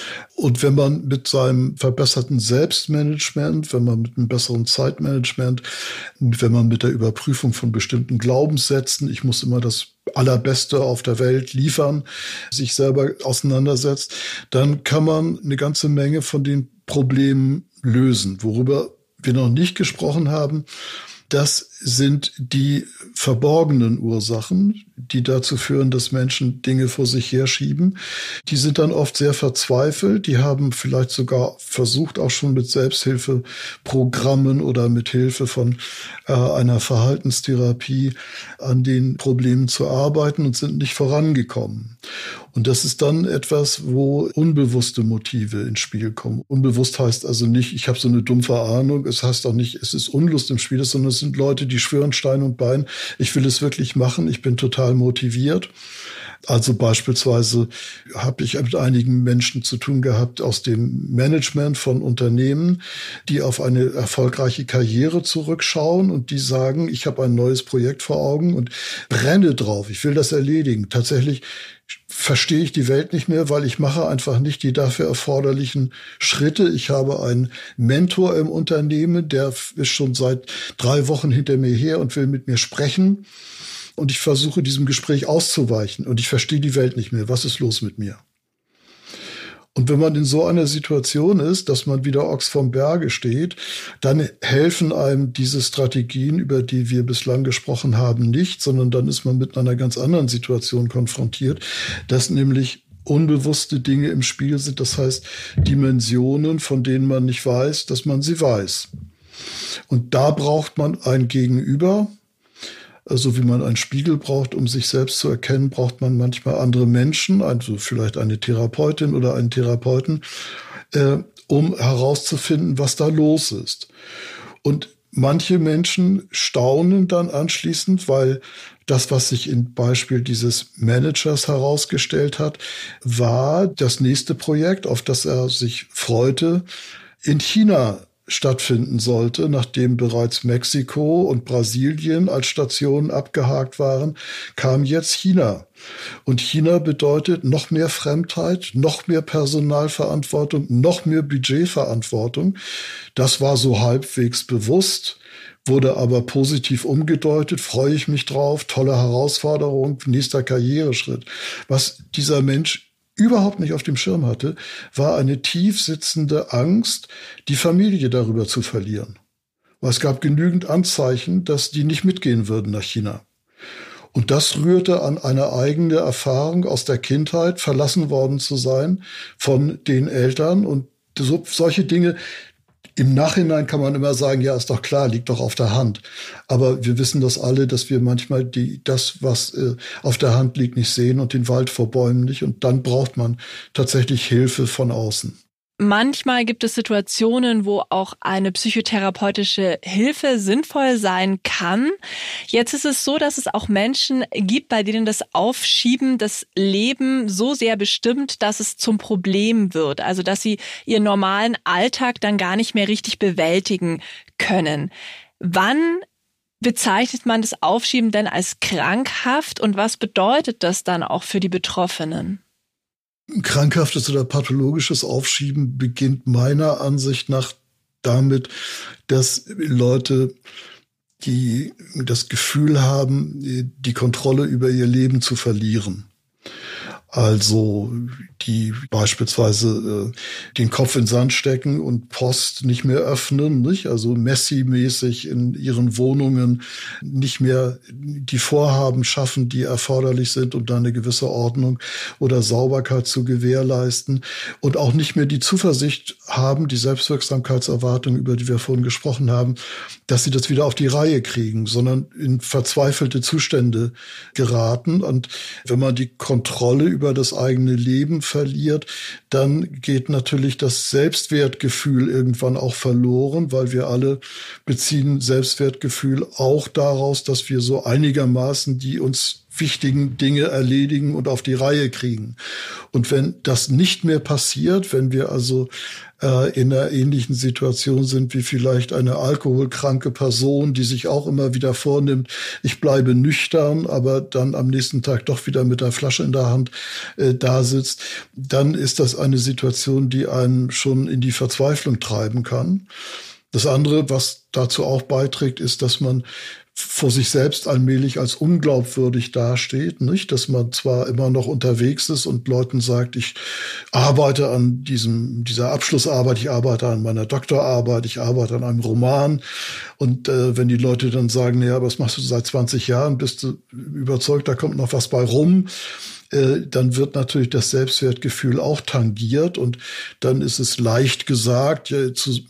Und wenn man mit seinem verbesserten Selbstmanagement, wenn man mit einem besseren Zeitmanagement, wenn man mit der Überprüfung von bestimmten Glaubenssätzen, ich muss immer das Allerbeste auf der Welt liefern, sich selber auseinandersetzt, dann kann man eine ganze Menge von den Problemen lösen. Worüber wir noch nicht gesprochen haben, das sind die verborgenen Ursachen, die dazu führen, dass Menschen Dinge vor sich herschieben. Die sind dann oft sehr verzweifelt. Die haben vielleicht sogar versucht, auch schon mit Selbsthilfeprogrammen oder mit Hilfe von äh, einer Verhaltenstherapie an den Problemen zu arbeiten und sind nicht vorangekommen. Und das ist dann etwas, wo unbewusste Motive ins Spiel kommen. Unbewusst heißt also nicht, ich habe so eine dumpfe Ahnung. Es heißt auch nicht, es ist Unlust im Spiel, sondern es sind Leute, die schwören Stein und Bein. Ich will es wirklich machen. Ich bin total motiviert. Also beispielsweise habe ich mit einigen Menschen zu tun gehabt aus dem Management von Unternehmen, die auf eine erfolgreiche Karriere zurückschauen und die sagen, ich habe ein neues Projekt vor Augen und brenne drauf. Ich will das erledigen. Tatsächlich verstehe ich die Welt nicht mehr, weil ich mache einfach nicht die dafür erforderlichen Schritte. Ich habe einen Mentor im Unternehmen, der ist schon seit drei Wochen hinter mir her und will mit mir sprechen. Und ich versuche, diesem Gespräch auszuweichen. Und ich verstehe die Welt nicht mehr. Was ist los mit mir? Und wenn man in so einer Situation ist, dass man wieder Ochs vom Berge steht, dann helfen einem diese Strategien, über die wir bislang gesprochen haben, nicht, sondern dann ist man mit einer ganz anderen Situation konfrontiert, dass nämlich unbewusste Dinge im Spiel sind. Das heißt, Dimensionen, von denen man nicht weiß, dass man sie weiß. Und da braucht man ein Gegenüber. So wie man einen Spiegel braucht, um sich selbst zu erkennen, braucht man manchmal andere Menschen, also vielleicht eine Therapeutin oder einen Therapeuten, äh, um herauszufinden, was da los ist. Und manche Menschen staunen dann anschließend, weil das, was sich im Beispiel dieses Managers herausgestellt hat, war das nächste Projekt, auf das er sich freute, in China stattfinden sollte, nachdem bereits Mexiko und Brasilien als Stationen abgehakt waren, kam jetzt China. Und China bedeutet noch mehr Fremdheit, noch mehr Personalverantwortung, noch mehr Budgetverantwortung. Das war so halbwegs bewusst, wurde aber positiv umgedeutet, freue ich mich drauf, tolle Herausforderung, nächster Karriereschritt. Was dieser Mensch überhaupt nicht auf dem Schirm hatte, war eine tief sitzende Angst, die Familie darüber zu verlieren. Weil es gab genügend Anzeichen, dass die nicht mitgehen würden nach China. Und das rührte an eine eigene Erfahrung aus der Kindheit, verlassen worden zu sein von den Eltern. Und so, solche Dinge, im Nachhinein kann man immer sagen, ja, ist doch klar, liegt doch auf der Hand. Aber wir wissen das alle, dass wir manchmal die, das, was äh, auf der Hand liegt, nicht sehen und den Wald vor Bäumen nicht. Und dann braucht man tatsächlich Hilfe von außen. Manchmal gibt es Situationen, wo auch eine psychotherapeutische Hilfe sinnvoll sein kann. Jetzt ist es so, dass es auch Menschen gibt, bei denen das Aufschieben das Leben so sehr bestimmt, dass es zum Problem wird. Also dass sie ihren normalen Alltag dann gar nicht mehr richtig bewältigen können. Wann bezeichnet man das Aufschieben denn als krankhaft und was bedeutet das dann auch für die Betroffenen? Krankhaftes oder pathologisches Aufschieben beginnt meiner Ansicht nach damit, dass Leute, die das Gefühl haben, die Kontrolle über ihr Leben zu verlieren. Also die beispielsweise äh, den Kopf in den Sand stecken und Post nicht mehr öffnen, nicht? Also Messi-mäßig in ihren Wohnungen nicht mehr die Vorhaben schaffen, die erforderlich sind, um da eine gewisse Ordnung oder Sauberkeit zu gewährleisten und auch nicht mehr die Zuversicht haben, die Selbstwirksamkeitserwartung, über die wir vorhin gesprochen haben, dass sie das wieder auf die Reihe kriegen, sondern in verzweifelte Zustände geraten. Und wenn man die Kontrolle über das eigene Leben verliert, dann geht natürlich das Selbstwertgefühl irgendwann auch verloren, weil wir alle beziehen Selbstwertgefühl auch daraus, dass wir so einigermaßen die uns wichtigen Dinge erledigen und auf die Reihe kriegen. Und wenn das nicht mehr passiert, wenn wir also äh, in einer ähnlichen Situation sind wie vielleicht eine alkoholkranke Person, die sich auch immer wieder vornimmt, ich bleibe nüchtern, aber dann am nächsten Tag doch wieder mit der Flasche in der Hand äh, da sitzt, dann ist das eine Situation, die einen schon in die Verzweiflung treiben kann. Das andere, was dazu auch beiträgt, ist, dass man vor sich selbst allmählich als unglaubwürdig dasteht, nicht? Dass man zwar immer noch unterwegs ist und Leuten sagt, ich arbeite an diesem, dieser Abschlussarbeit, ich arbeite an meiner Doktorarbeit, ich arbeite an einem Roman. Und äh, wenn die Leute dann sagen, ja, was machst du seit zwanzig Jahren, bist du überzeugt, da kommt noch was bei rum, äh, dann wird natürlich das Selbstwertgefühl auch tangiert und dann ist es leicht gesagt, ja, zu,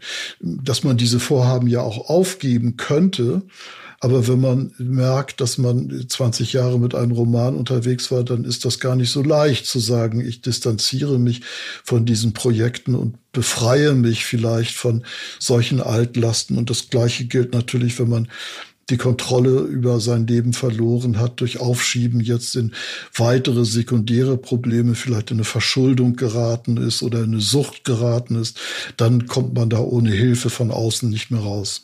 dass man diese Vorhaben ja auch aufgeben könnte. Aber wenn man merkt, dass man zwanzig Jahre mit einem Roman unterwegs war, dann ist das gar nicht so leicht zu sagen, ich distanziere mich von diesen Projekten und befreie mich vielleicht von solchen Altlasten. Und das Gleiche gilt natürlich, wenn man die Kontrolle über sein Leben verloren hat, durch Aufschieben jetzt in weitere sekundäre Probleme, vielleicht in eine Verschuldung geraten ist oder in eine Sucht geraten ist, dann kommt man da ohne Hilfe von außen nicht mehr raus.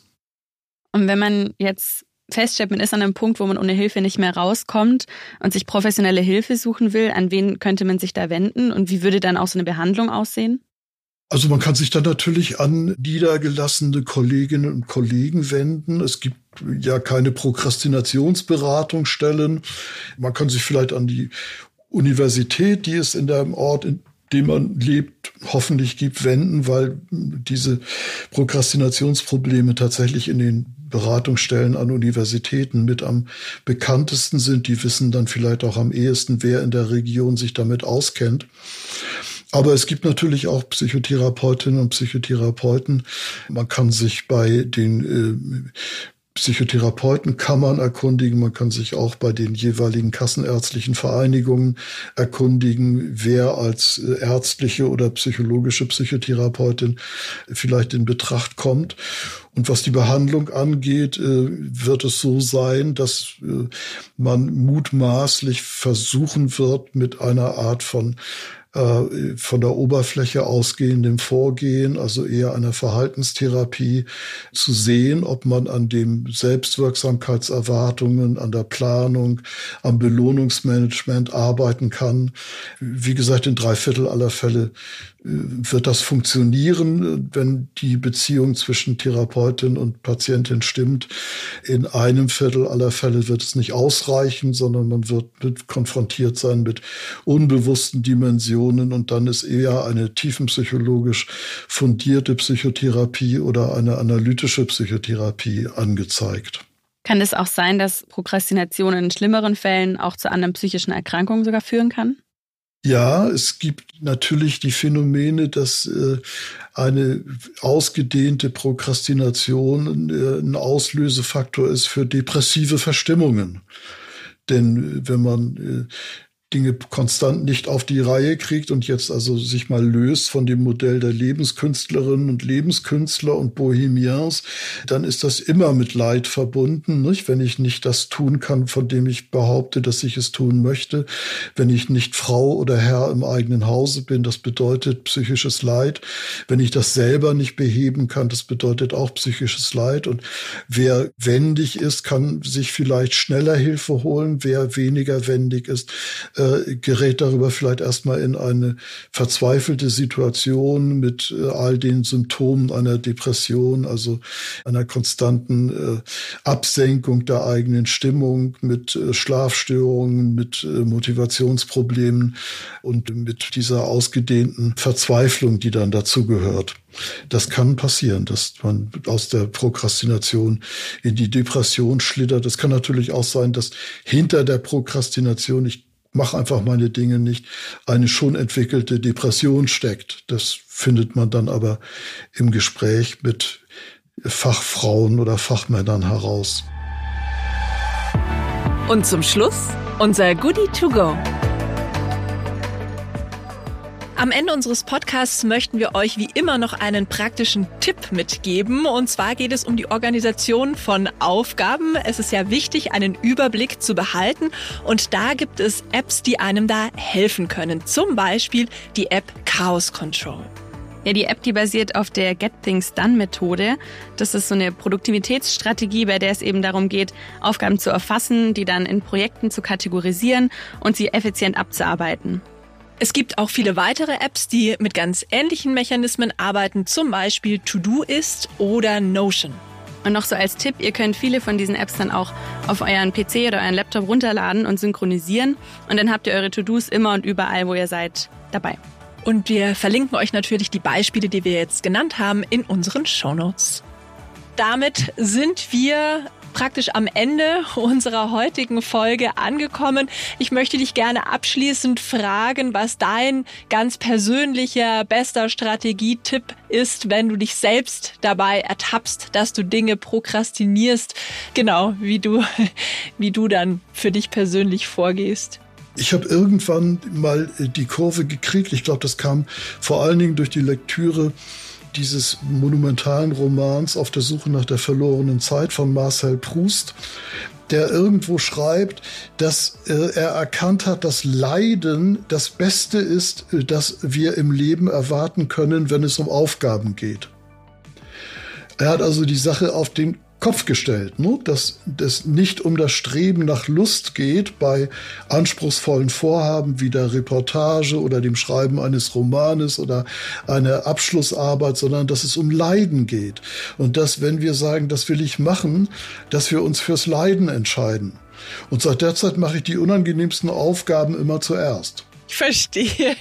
Und wenn man jetzt feststellt, man ist an einem Punkt, wo man ohne Hilfe nicht mehr rauskommt und sich professionelle Hilfe suchen will, an wen könnte man sich da wenden und wie würde dann auch so eine Behandlung aussehen? Also man kann sich dann natürlich an niedergelassene Kolleginnen und Kollegen wenden. Es gibt ja keine Prokrastinationsberatungsstellen. Man kann sich vielleicht an die Universität, die es in dem Ort, in dem man lebt, hoffentlich gibt, wenden, weil diese Prokrastinationsprobleme tatsächlich in den Beratungsstellen an Universitäten mit am bekanntesten sind. Die wissen dann vielleicht auch am ehesten, wer in der Region sich damit auskennt. Aber es gibt natürlich auch Psychotherapeutinnen und Psychotherapeuten. Man kann sich bei den äh, Psychotherapeutenkammern erkundigen. Man kann sich auch bei den jeweiligen kassenärztlichen Vereinigungen erkundigen, wer als ärztliche oder psychologische Psychotherapeutin vielleicht in Betracht kommt. Und was die Behandlung angeht, wird es so sein, dass man mutmaßlich versuchen wird, mit einer Art von von der Oberfläche ausgehendem Vorgehen, also eher einer Verhaltenstherapie, zu sehen, ob man an den Selbstwirksamkeitserwartungen, an der Planung, am Belohnungsmanagement arbeiten kann. Wie gesagt, in drei Viertel aller Fälle wird das funktionieren, wenn die Beziehung zwischen Therapeutin und Patientin stimmt. In einem Viertel aller Fälle wird es nicht ausreichen, sondern man wird mit konfrontiert sein mit unbewussten Dimensionen und dann ist eher eine tiefenpsychologisch fundierte Psychotherapie oder eine analytische Psychotherapie angezeigt. Kann es auch sein, dass Prokrastination in schlimmeren Fällen auch zu anderen psychischen Erkrankungen sogar führen kann? Ja, es gibt natürlich die Phänomene, dass äh, eine ausgedehnte Prokrastination äh, ein Auslösefaktor ist für depressive Verstimmungen. Denn äh, wenn man äh, Dinge konstant nicht auf die Reihe kriegt und jetzt also sich mal löst von dem Modell der Lebenskünstlerinnen und Lebenskünstler und Bohemiens, dann ist das immer mit Leid verbunden, nicht? Wenn ich nicht das tun kann, von dem ich behaupte, dass ich es tun möchte, wenn ich nicht Frau oder Herr im eigenen Hause bin, das bedeutet psychisches Leid. Wenn ich das selber nicht beheben kann, das bedeutet auch psychisches Leid. Und wer wendig ist, kann sich vielleicht schneller Hilfe holen. Wer weniger wendig ist, Äh, gerät darüber vielleicht erstmal in eine verzweifelte Situation mit äh, all den Symptomen einer Depression, also einer konstanten äh, Absenkung der eigenen Stimmung, mit äh, Schlafstörungen, mit äh, Motivationsproblemen und mit dieser ausgedehnten Verzweiflung, die dann dazu gehört. Das kann passieren, dass man aus der Prokrastination in die Depression schlittert. Es kann natürlich auch sein, dass hinter der Prokrastination, ich mache einfach meine Dinge nicht, eine schon entwickelte Depression steckt. Das findet man dann aber im Gespräch mit Fachfrauen oder Fachmännern heraus. Und zum Schluss unser Goodie to go. Am Ende unseres Podcasts möchten wir euch wie immer noch einen praktischen Tipp mitgeben. Und zwar geht es um die Organisation von Aufgaben. Es ist ja wichtig, einen Überblick zu behalten. Und da gibt es Apps, die einem da helfen können. Zum Beispiel die App Chaos Control. Ja, die App, die basiert auf der Get Things Done Methode. Das ist so eine Produktivitätsstrategie, bei der es eben darum geht, Aufgaben zu erfassen, die dann in Projekten zu kategorisieren und sie effizient abzuarbeiten. Es gibt auch viele weitere Apps, die mit ganz ähnlichen Mechanismen arbeiten, zum Beispiel Todoist oder Notion. Und noch so als Tipp, ihr könnt viele von diesen Apps dann auch auf euren P C oder euren Laptop runterladen und synchronisieren. Und dann habt ihr eure To-Dos immer und überall, wo ihr seid, dabei. Und wir verlinken euch natürlich die Beispiele, die wir jetzt genannt haben, in unseren Shownotes. Damit sind wir praktisch am Ende unserer heutigen Folge angekommen. Ich möchte dich gerne abschließend fragen, was dein ganz persönlicher bester Strategietipp ist, wenn du dich selbst dabei ertappst, dass du Dinge prokrastinierst. Genau, wie du, wie du dann für dich persönlich vorgehst. Ich habe irgendwann mal die Kurve gekriegt. Ich glaube, das kam vor allen Dingen durch die Lektüre dieses monumentalen Romans Auf der Suche nach der verlorenen Zeit von Marcel Proust, der irgendwo schreibt, dass äh, er erkannt hat, dass Leiden das Beste ist, äh, das wir im Leben erwarten können, wenn es um Aufgaben geht. Er hat also die Sache auf den Kopf gestellt, ne? Dass es nicht um das Streben nach Lust geht bei anspruchsvollen Vorhaben wie der Reportage oder dem Schreiben eines Romanes oder einer Abschlussarbeit, sondern dass es um Leiden geht. Und dass, wenn wir sagen, das will ich machen, dass wir uns fürs Leiden entscheiden. Und seit der Zeit mache ich die unangenehmsten Aufgaben immer zuerst. Ich verstehe.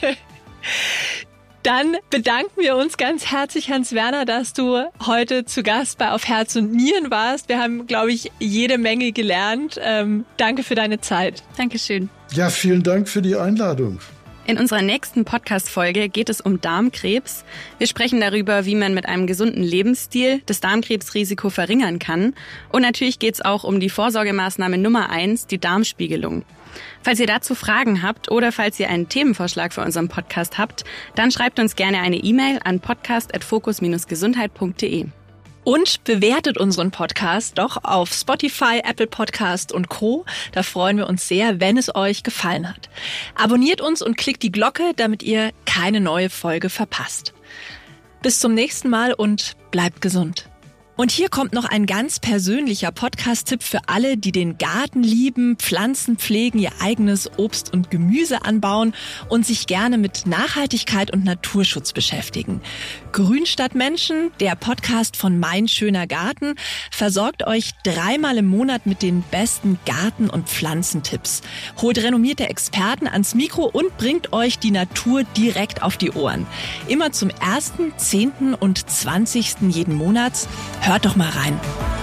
Dann bedanken wir uns ganz herzlich, Hans-Werner, dass du heute zu Gast bei Auf Herz und Nieren warst. Wir haben, glaube ich, jede Menge gelernt. Ähm, danke für deine Zeit. Dankeschön. Ja, vielen Dank für die Einladung. In unserer nächsten Podcast-Folge geht es um Darmkrebs. Wir sprechen darüber, wie man mit einem gesunden Lebensstil das Darmkrebsrisiko verringern kann. Und natürlich geht es auch um die Vorsorgemaßnahme Nummer eins, die Darmspiegelung. Falls ihr dazu Fragen habt oder falls ihr einen Themenvorschlag für unseren Podcast habt, dann schreibt uns gerne eine E-Mail an podcast at focus dash gesundheit punkt de. Und bewertet unseren Podcast doch auf Spotify, Apple Podcast und Co. Da freuen wir uns sehr, wenn es euch gefallen hat. Abonniert uns und klickt die Glocke, damit ihr keine neue Folge verpasst. Bis zum nächsten Mal und bleibt gesund. Und hier kommt noch ein ganz persönlicher Podcast-Tipp für alle, die den Garten lieben, Pflanzen pflegen, ihr eigenes Obst und Gemüse anbauen und sich gerne mit Nachhaltigkeit und Naturschutz beschäftigen. Grün statt Menschen, der Podcast von Mein schöner Garten, versorgt euch dreimal im Monat mit den besten Garten- und Pflanzentipps. Holt renommierte Experten ans Mikro und bringt euch die Natur direkt auf die Ohren. Immer zum ersten, zehnten und zwanzigsten jeden Monats. Hört doch mal rein.